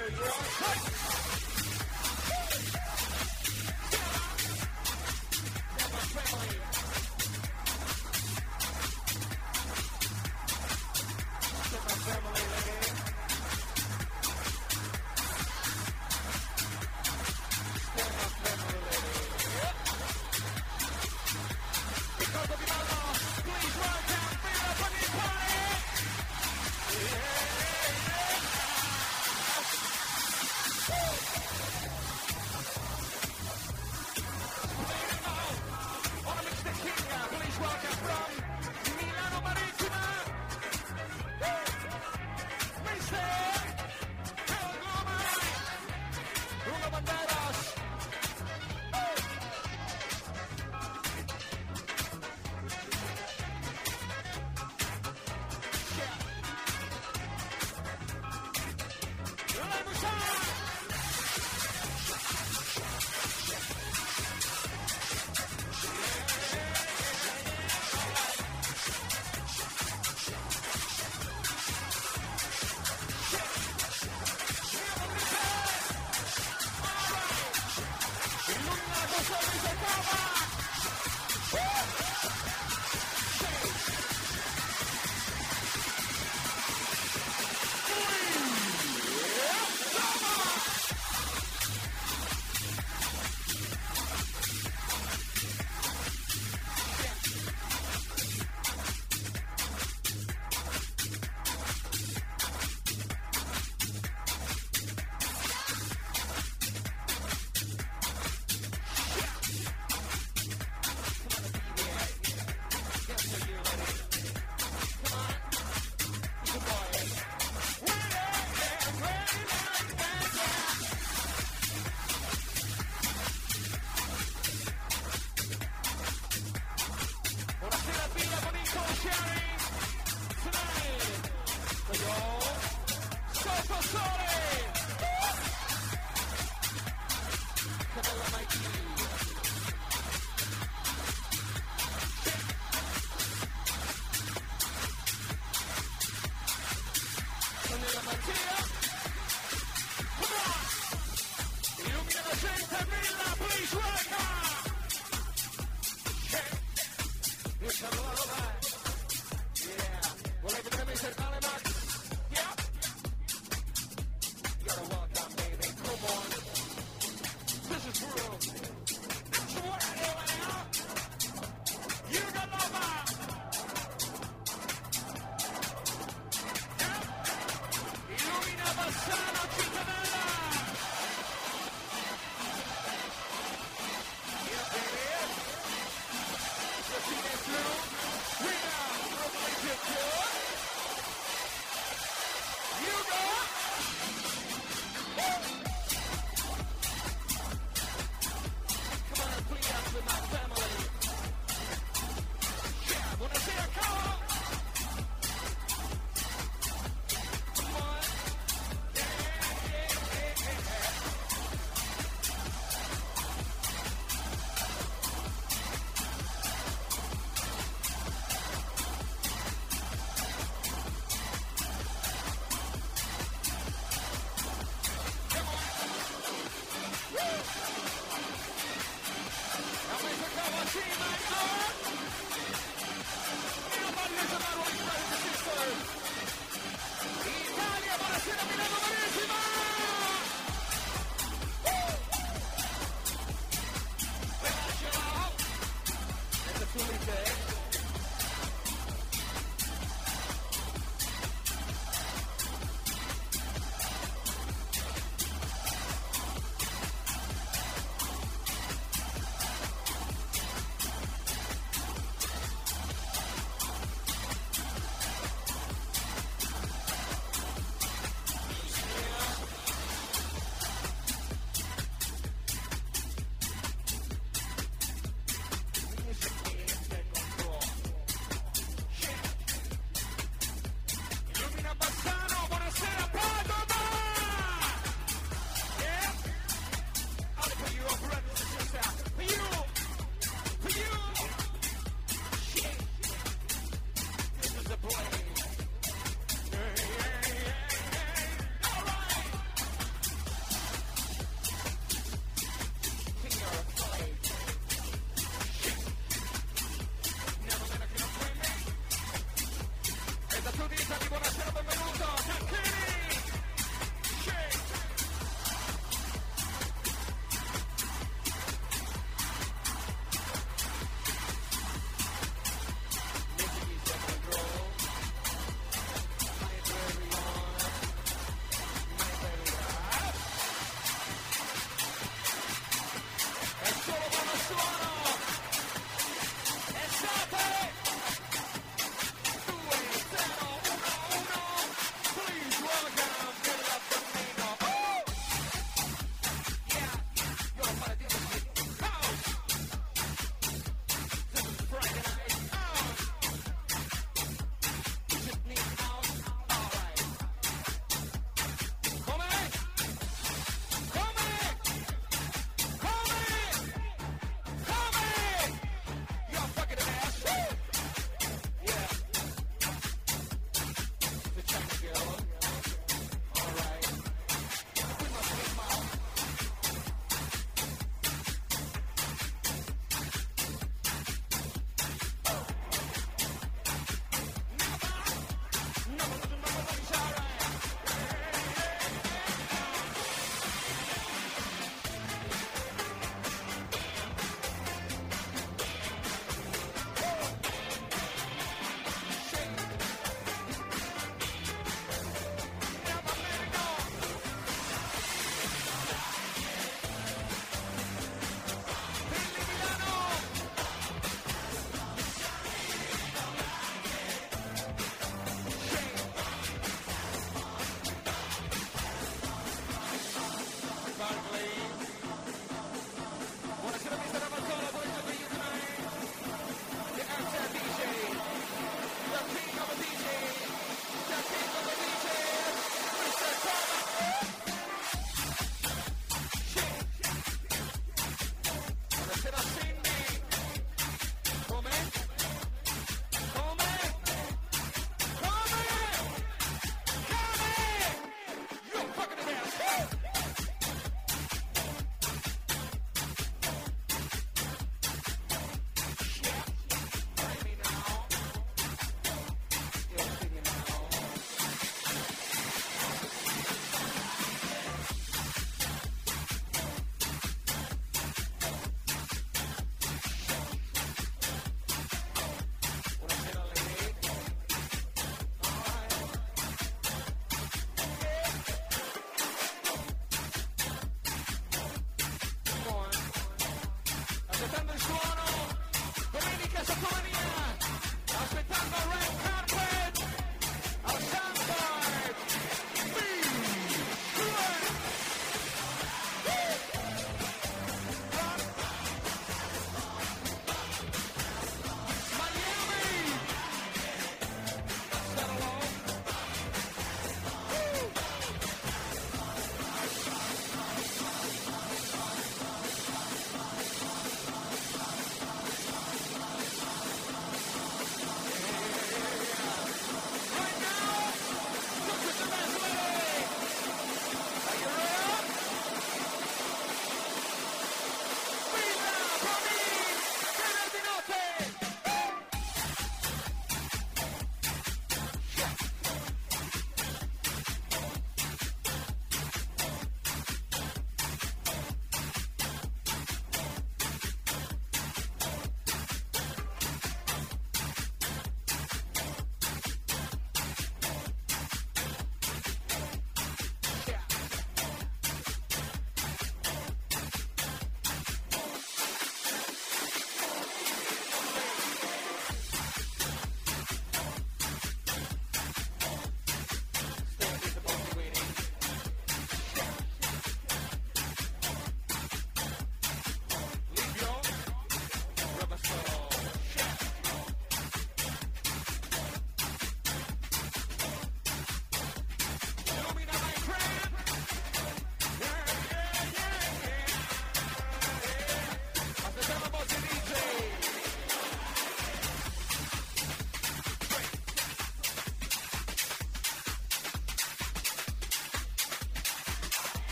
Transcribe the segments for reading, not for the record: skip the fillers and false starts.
Woo!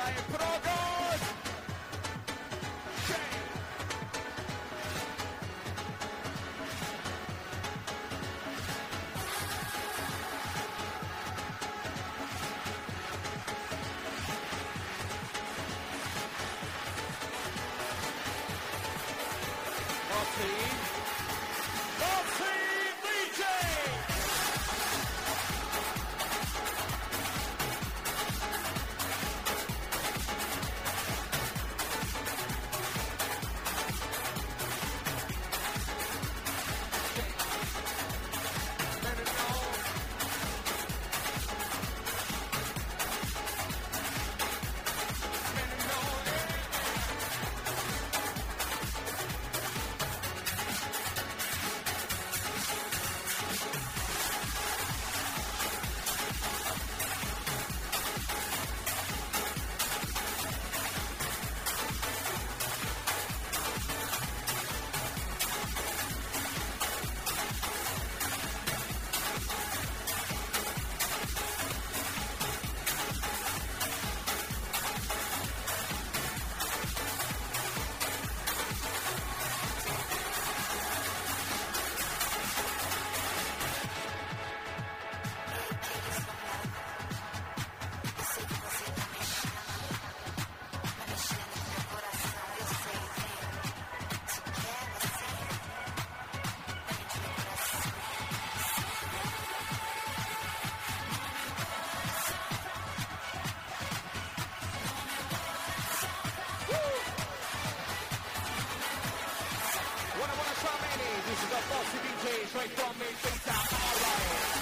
Straight from me, things out, alright.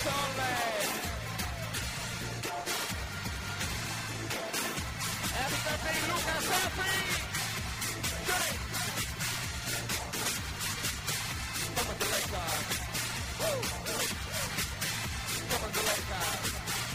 Solle. Happy birthday, Luca Safri. Come on, the Lakers. Woo! Come on, the Lakers.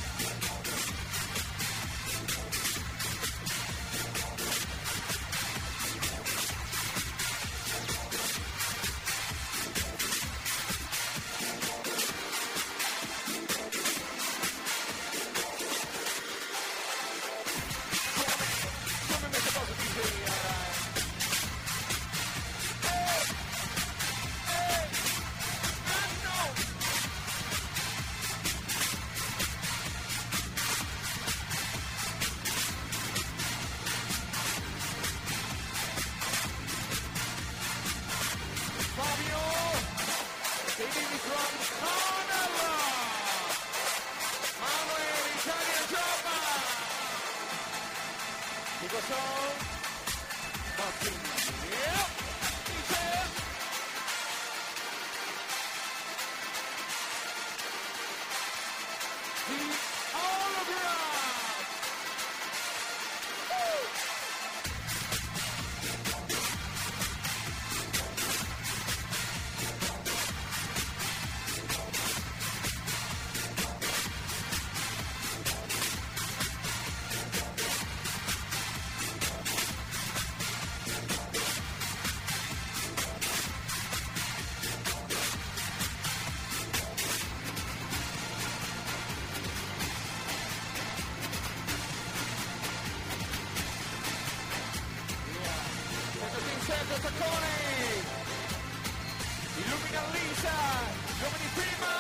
Illumina Lisa, giovani prima.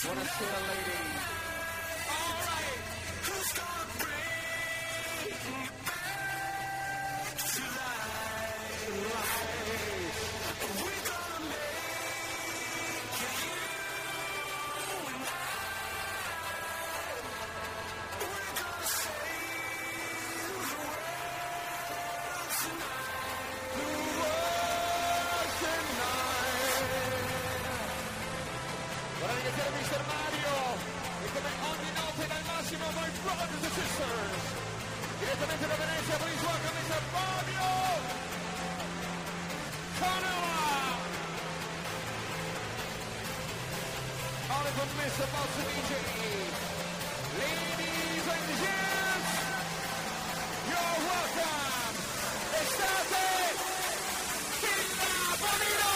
Buonasera ladies. All right. Who's gonna bring me back to life? We're gonna make it, you and I. We're gonna save the world tonight. The world tonight. Guardate che c'era Mr. Mario, e come ogni notte dal massimo my brothers and sisters, direttamente da Venezia con il suo Mr. Fabio Canova, only for Mr. Boss DJ. Ladies and gents, you're welcome. Estate Villa Bonino.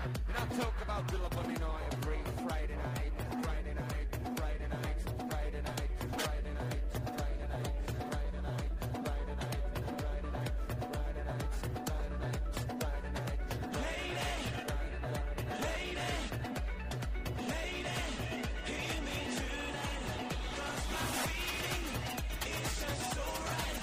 And I talk about Villa Bonino every Friday night, Friday night, Friday night, Friday night, Friday night, Friday night, Friday night, Friday night, Friday night, Friday night, Friday night, Friday night. Lady, hear me tonight, 'cause my feeling is just so right.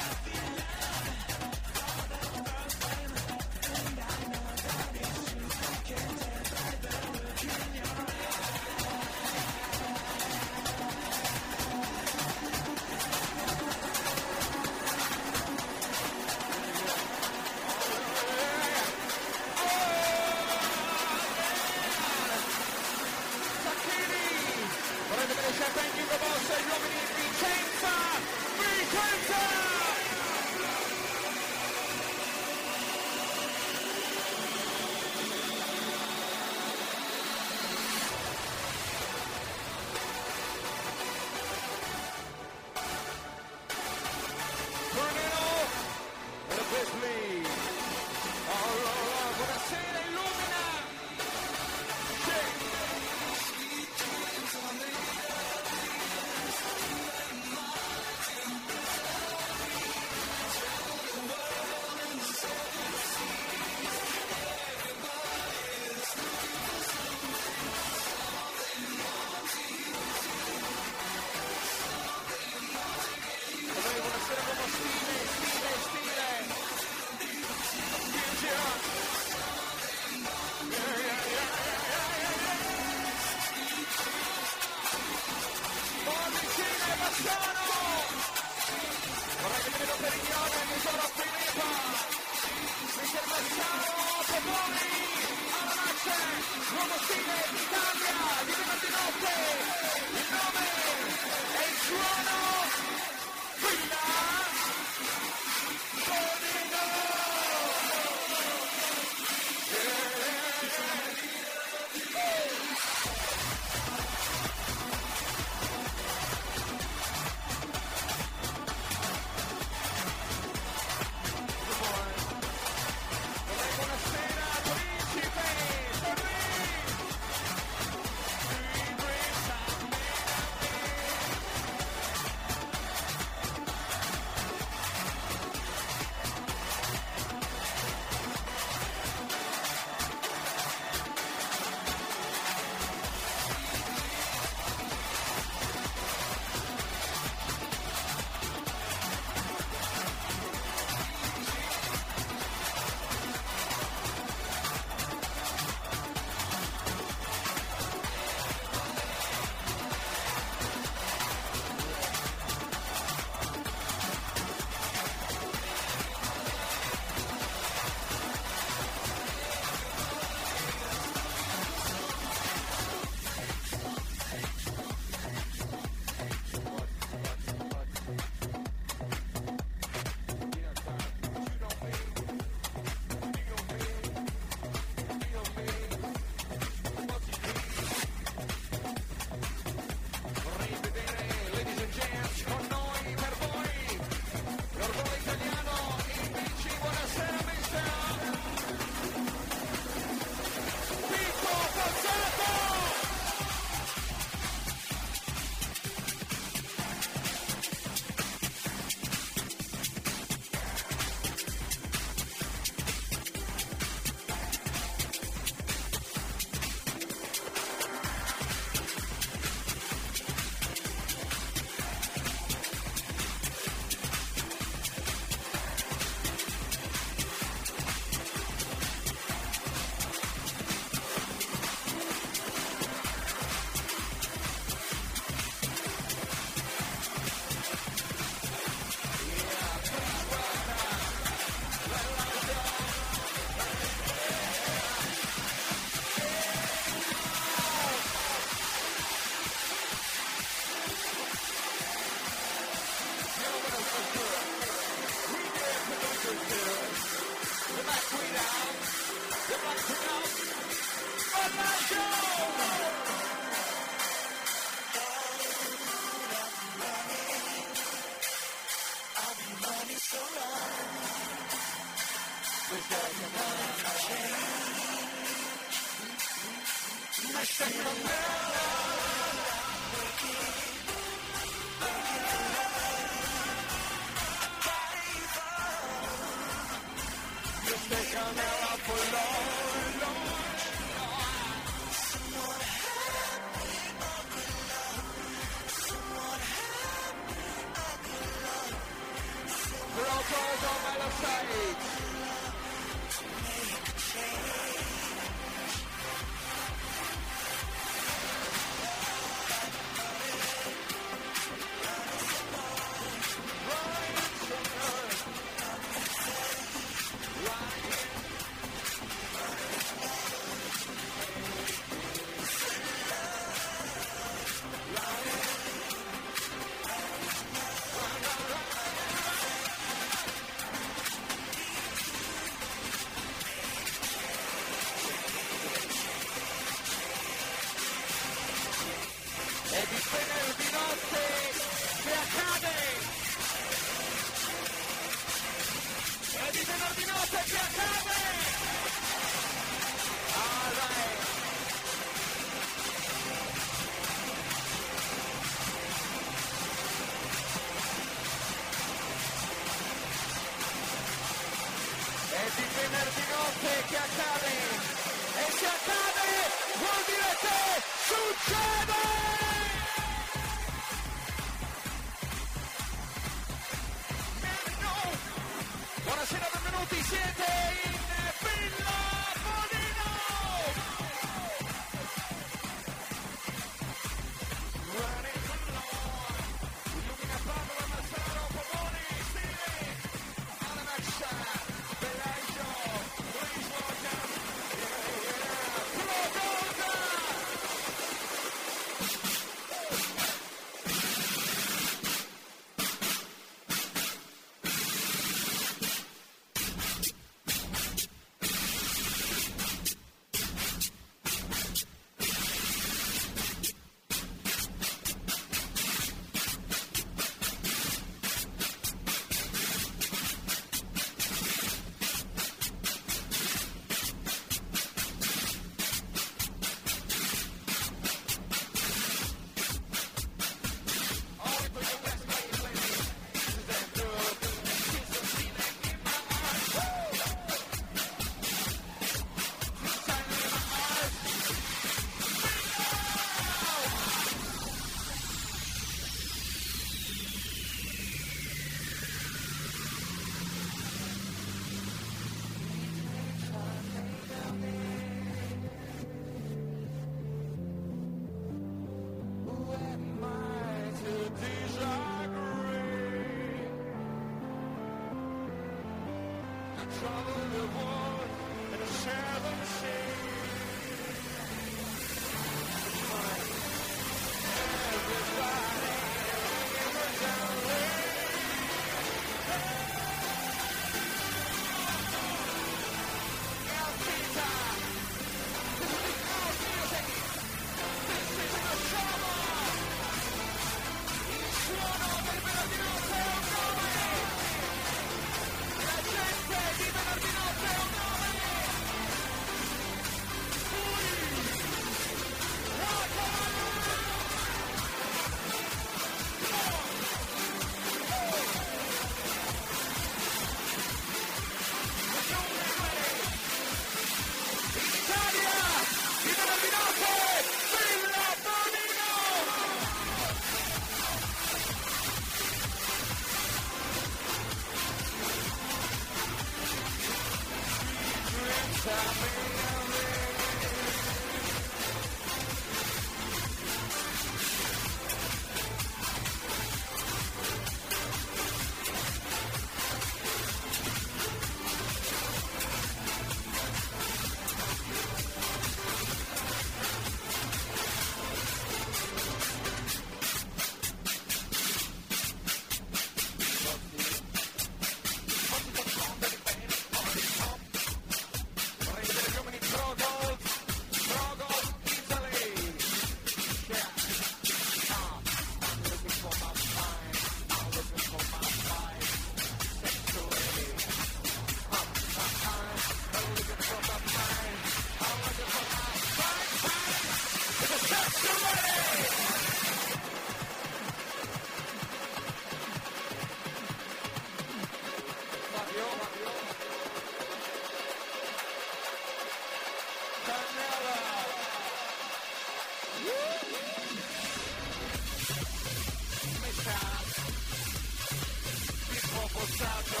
Pozzato,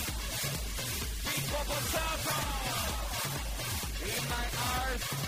Pippo Pozzato, in my heart.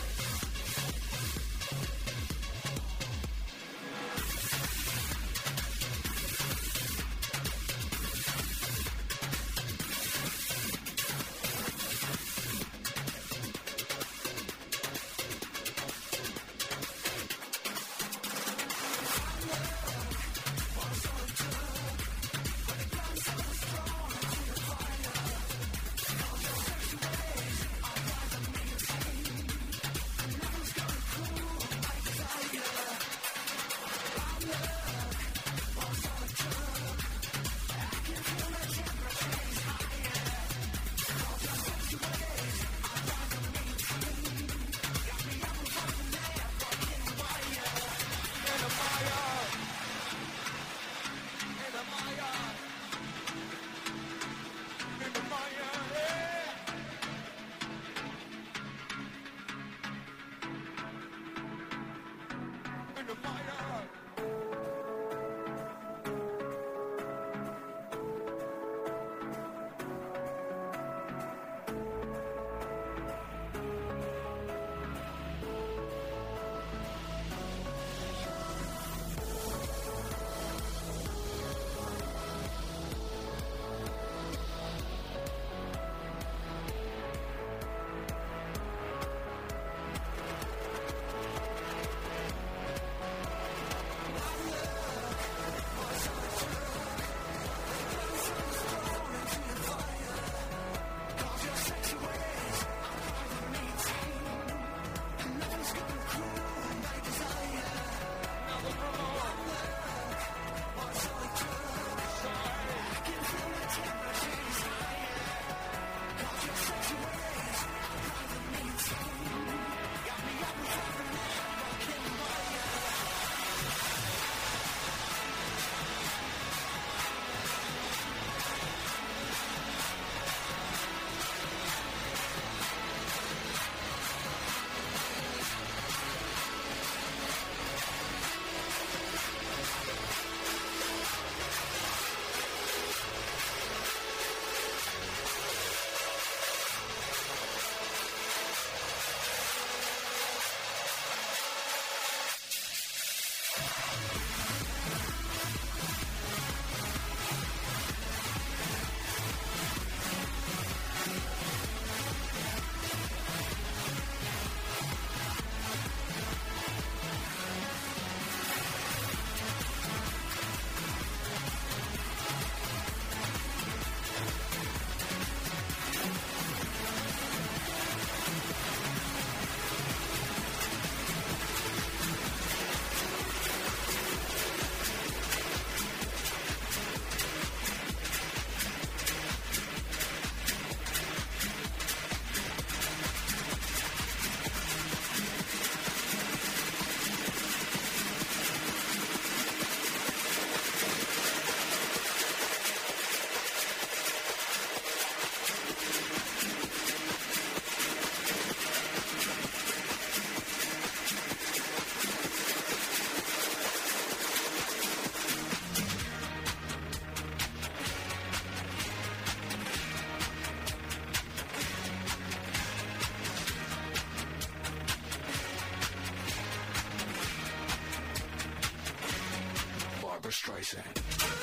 Streisand.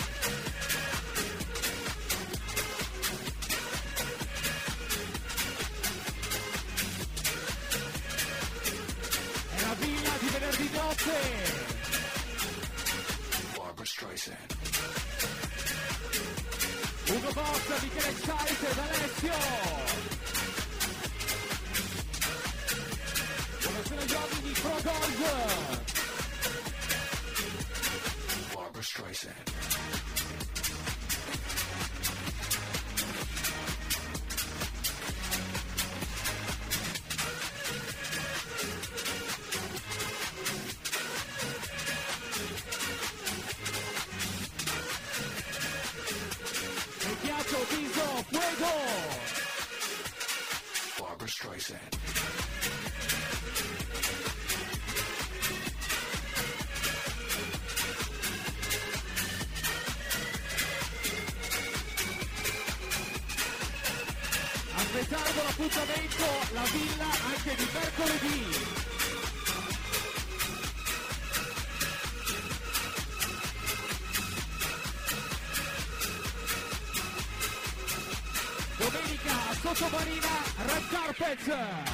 È la villa di venerdì notte. Barbra Streisand. Ugo Bossa, Michele Excited, Alessio. Buonasera agli uomini di Pro Golf. Barbra Streisand. Il ghiaccio Tiso, fuego. Barbra Streisand. ritardo l'appuntamento, la villa anche di mercoledì. Domenica Sottomarina, Red Carpet,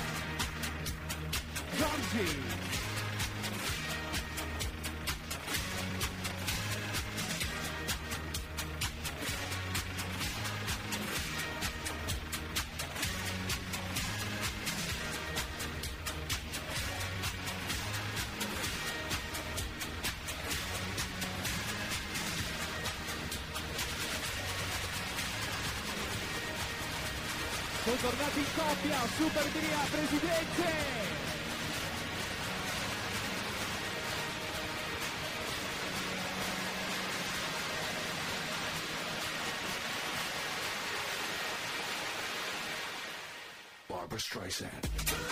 Giorgi. Sono tornati in coppia, Super Gria, presidente! Barbra Streisand.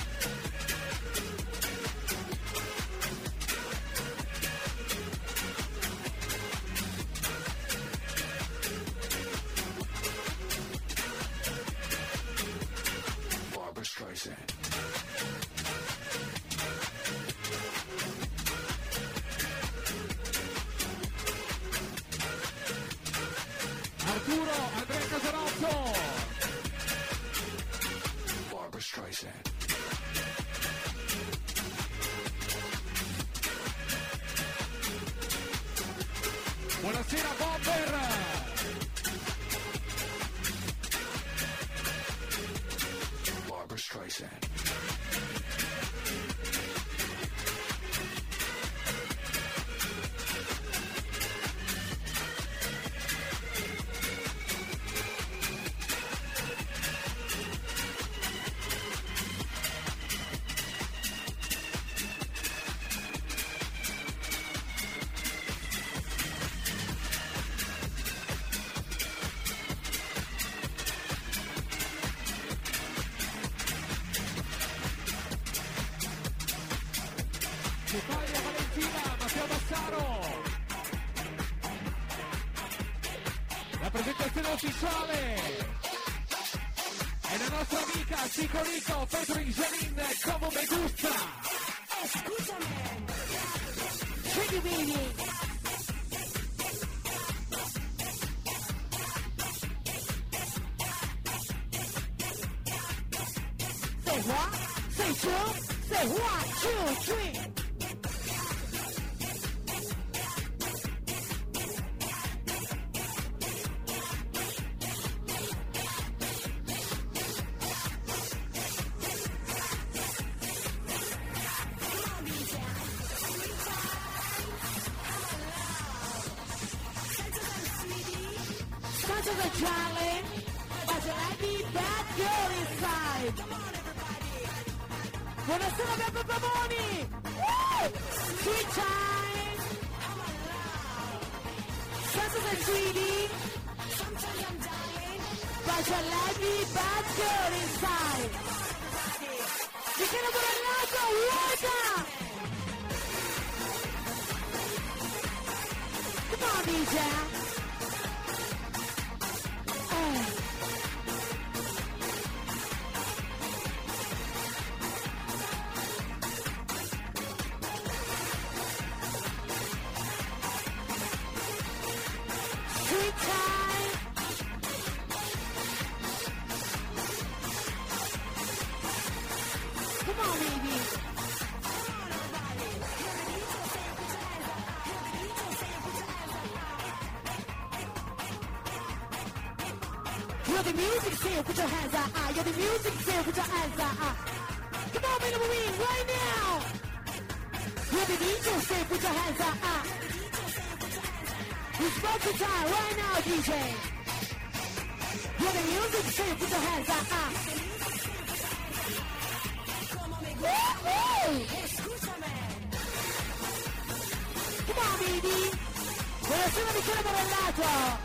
Arturo, Andrea Casanotto. Barbra Streisand. Buonasera Bomber. Barbra Streisand. Italia Valentina, Matteo Bassaro. La presentazione ufficiale è la nostra amica Chico Rico, Pedro Ingelin, Como Me Gusta. Escúchame. Pretty baby. Say what? Say two. Say 1, 2, 3. Such a challenge, but I need that girl inside. Come on, everybody. Buonasera Beppe Pavoni. Sweet time. Such a sweetie. Sometimes I'm dying, but I like me bad girl inside. Mi chiedo per il lato, vuota. Come on, DJ. Sweet time. Come on, baby. You're the music, say put your hands up. You're the music, say put your hands up. Come on, baby, Marine, right now. You're the DJ, say put your hands up. It's party time right now, DJ. You're the music, say put your hands up. Woo-hoo! Come on, baby. Buonasera Michele Morellato.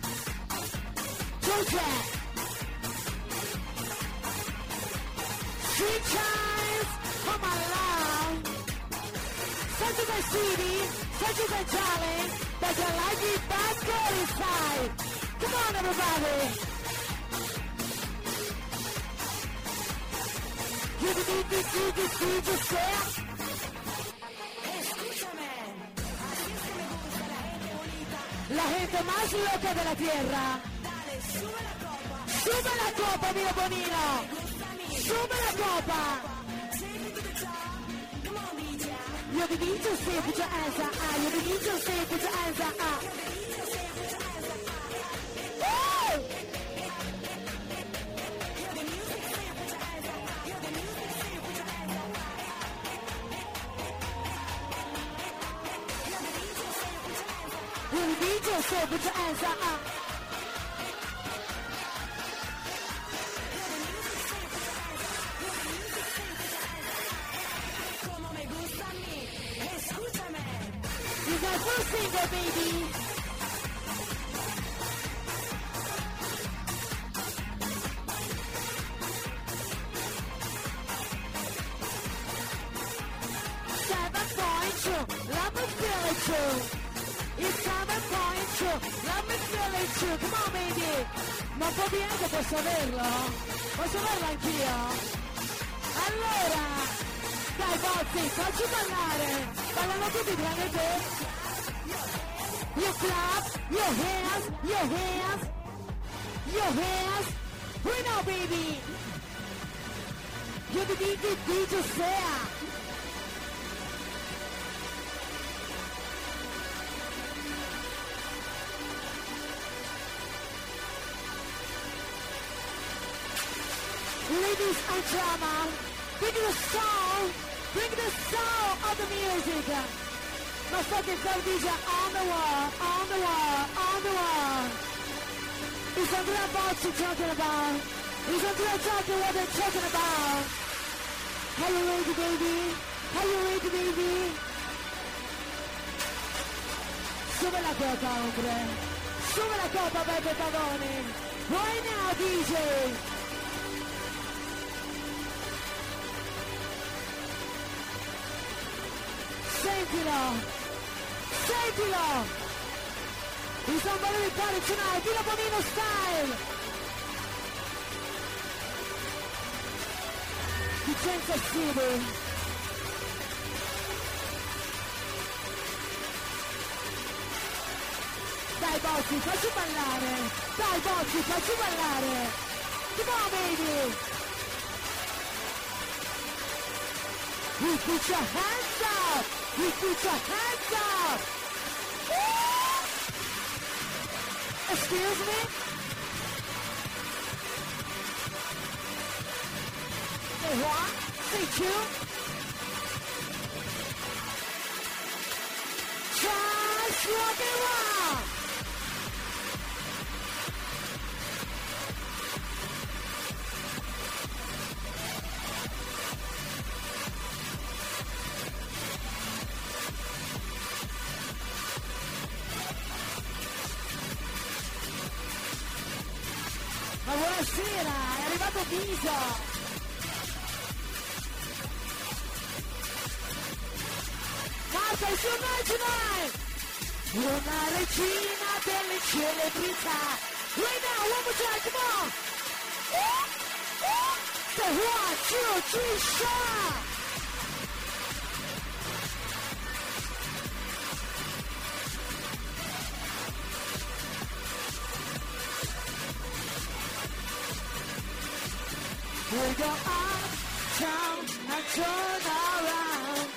Giulia. Sweet chimes, come along. Such a good sweetie, such a good darling, but you like it bad girl inside. Come on, everybody. Io ti dico se. La gente más loca de la tierra. Sube la copa, mio bonino. Sube la copa. Io ti dico se, put your hands up. Io ti dico se, put your hands up. Io ti dico se, put your hands up. You got full single, baby. Let me feel it too. It's 7.2. Let me feel it too. Come on, baby. Ma un po' di anche posso averlo? Posso averlo anch'io? Allora, dai Bozzi, facci ballare. Ballano tutti tranne te. You clap, your hands, your hands, your hands. We know, baby. You the DJ Sea. Ladies and gentlemen, bring the soul of the music. My fucking club DJ on the wall, on the wall, on the wall. Is Andrea Bozzi talking about? Is Andrea talking what they're talking about? Are you ready, baby? Are you ready, baby? Sube la copa, hombre. Sube la copa, Beppe Pavone. Right now, DJ. Sentilo! Sentilo! Il somebody di party tonight, Villa Bonino style! Vicenza City! Dai Bozzi, facci ballare! Dai Bozzi, facci ballare! Come on, baby! You put your hands up! You put your hands up! Woo! Excuse me? Say one, say two. Just rock and roll! Ma buonasera, è arrivato Viso! Marta, il suo tonight! Una regina delle celebrità! Right now, one more time, come on! The 1, 2, 3, shot! We go up, down, and turn around.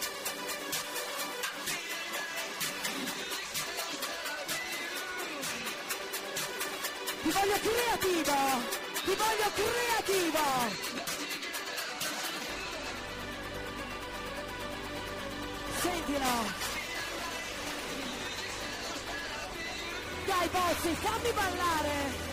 Ti voglio creativo! Ti voglio creativo! Sentilo! Dai Bozzi, fammi ballare!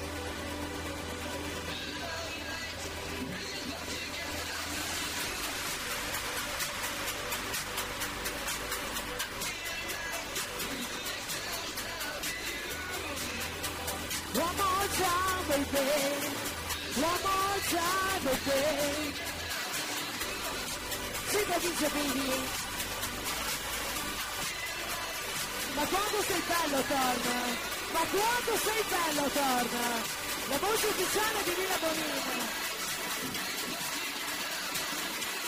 One more time, baby. One more time, baby. Sì che dice, baby. Ma quando sei bello torna. Ma quando sei bello torna. La voce ufficiale di Villa Bonino.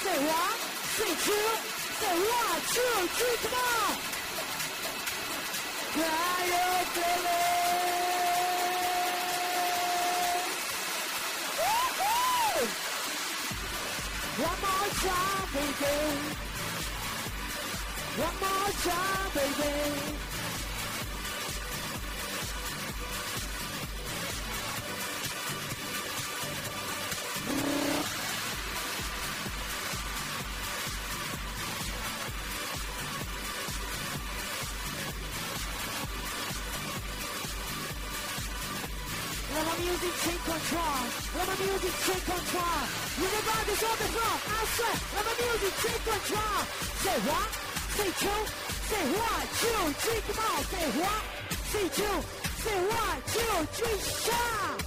say one, say two, say 1, 2, 3, come on! Cry your feelings! Woo-hoo! One more time, baby. One more time, baby. Let my music take control. Let my music take control. Everybody's on the floor. I say, let my music take control. Say one, say two, say 1, 2, 3, come on. Say one, say two, say 1, 2, 3, shout.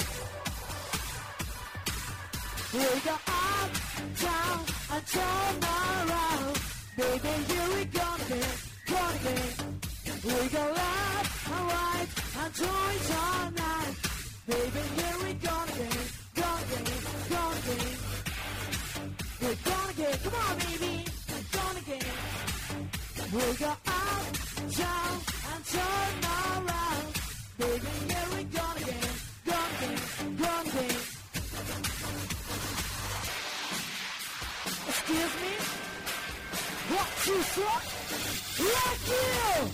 We go up, down, and turn around. Baby, here we go again, go again. We go left and right, and join all night. Baby, here we go again, go again, go again. We're gonna get, come on baby, gonna get. We go up, down, and turn around. Baby, here we go again, go again, go again. Excuse me? What you saw? Like you!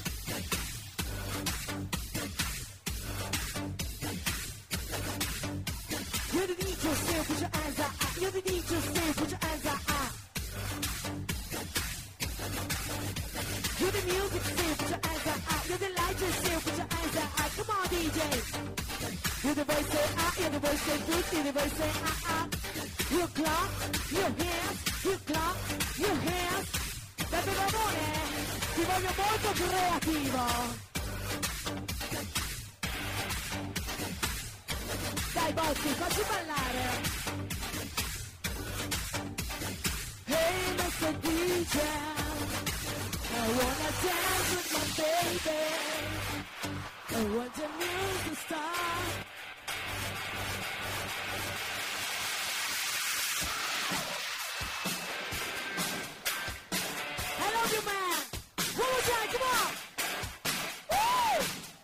You're the DJ, say put your hands up. You're the DJ, say put your hands up. You're the music, say put your hands up. You're the light, say put your hands up. Come on, DJ. You're the voice, say ah. You're the voice, say good. You're the voice, say ah. You clap, your hands, you clap, your hands. Peppe Ramone, ti voglio molto creativo. Dai Bossi, facci ballare. Hey Mr. DJ, I wanna dance with my baby. I want the music start. I love you, man. One more time, come on. Woo!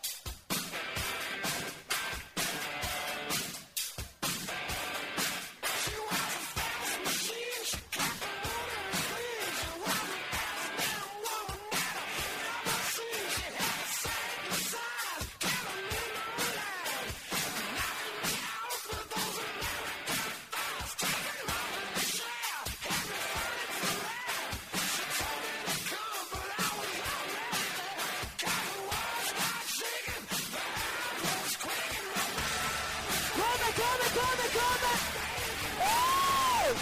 Come! Woo!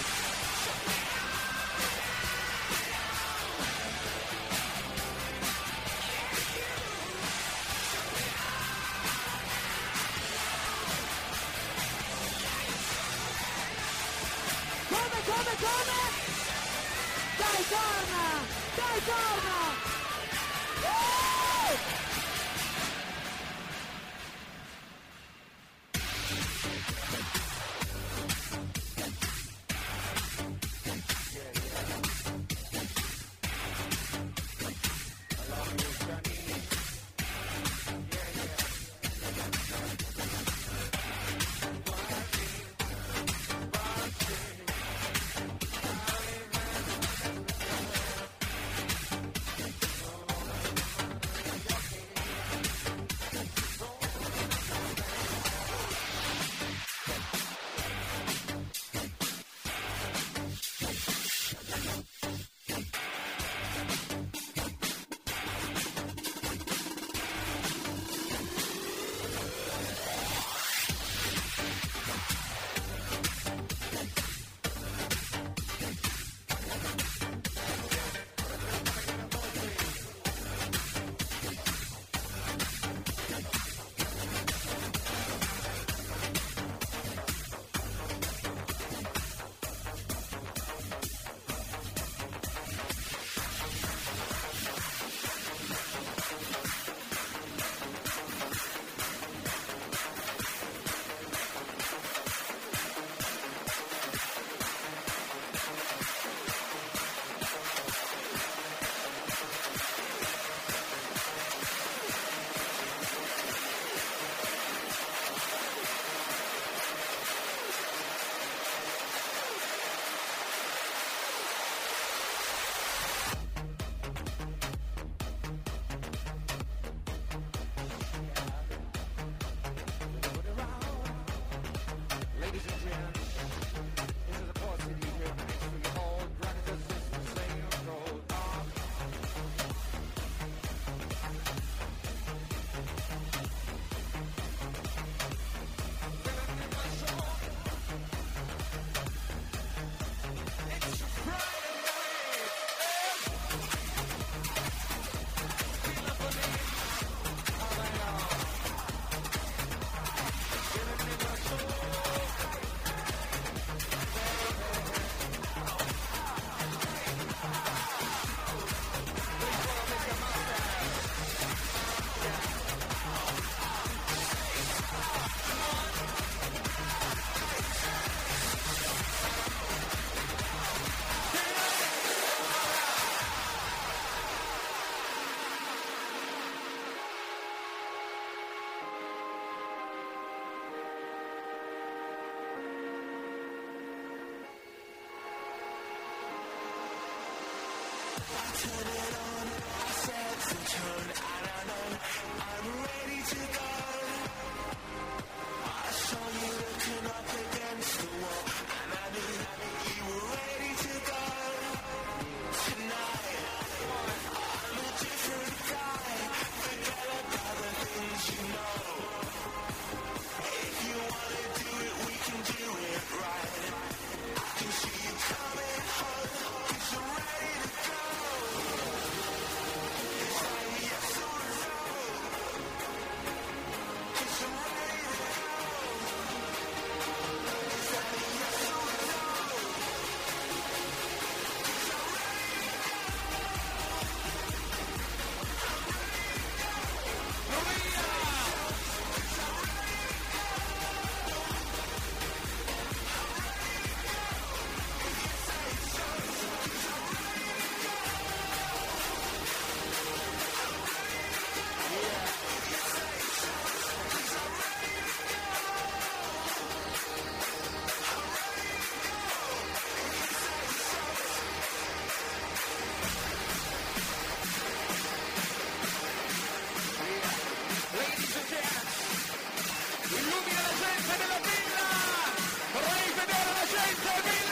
Come! Dai, torna! Dai, torna! Woo! Illumina la gente della villa! Vorrei vedere la gente, villa!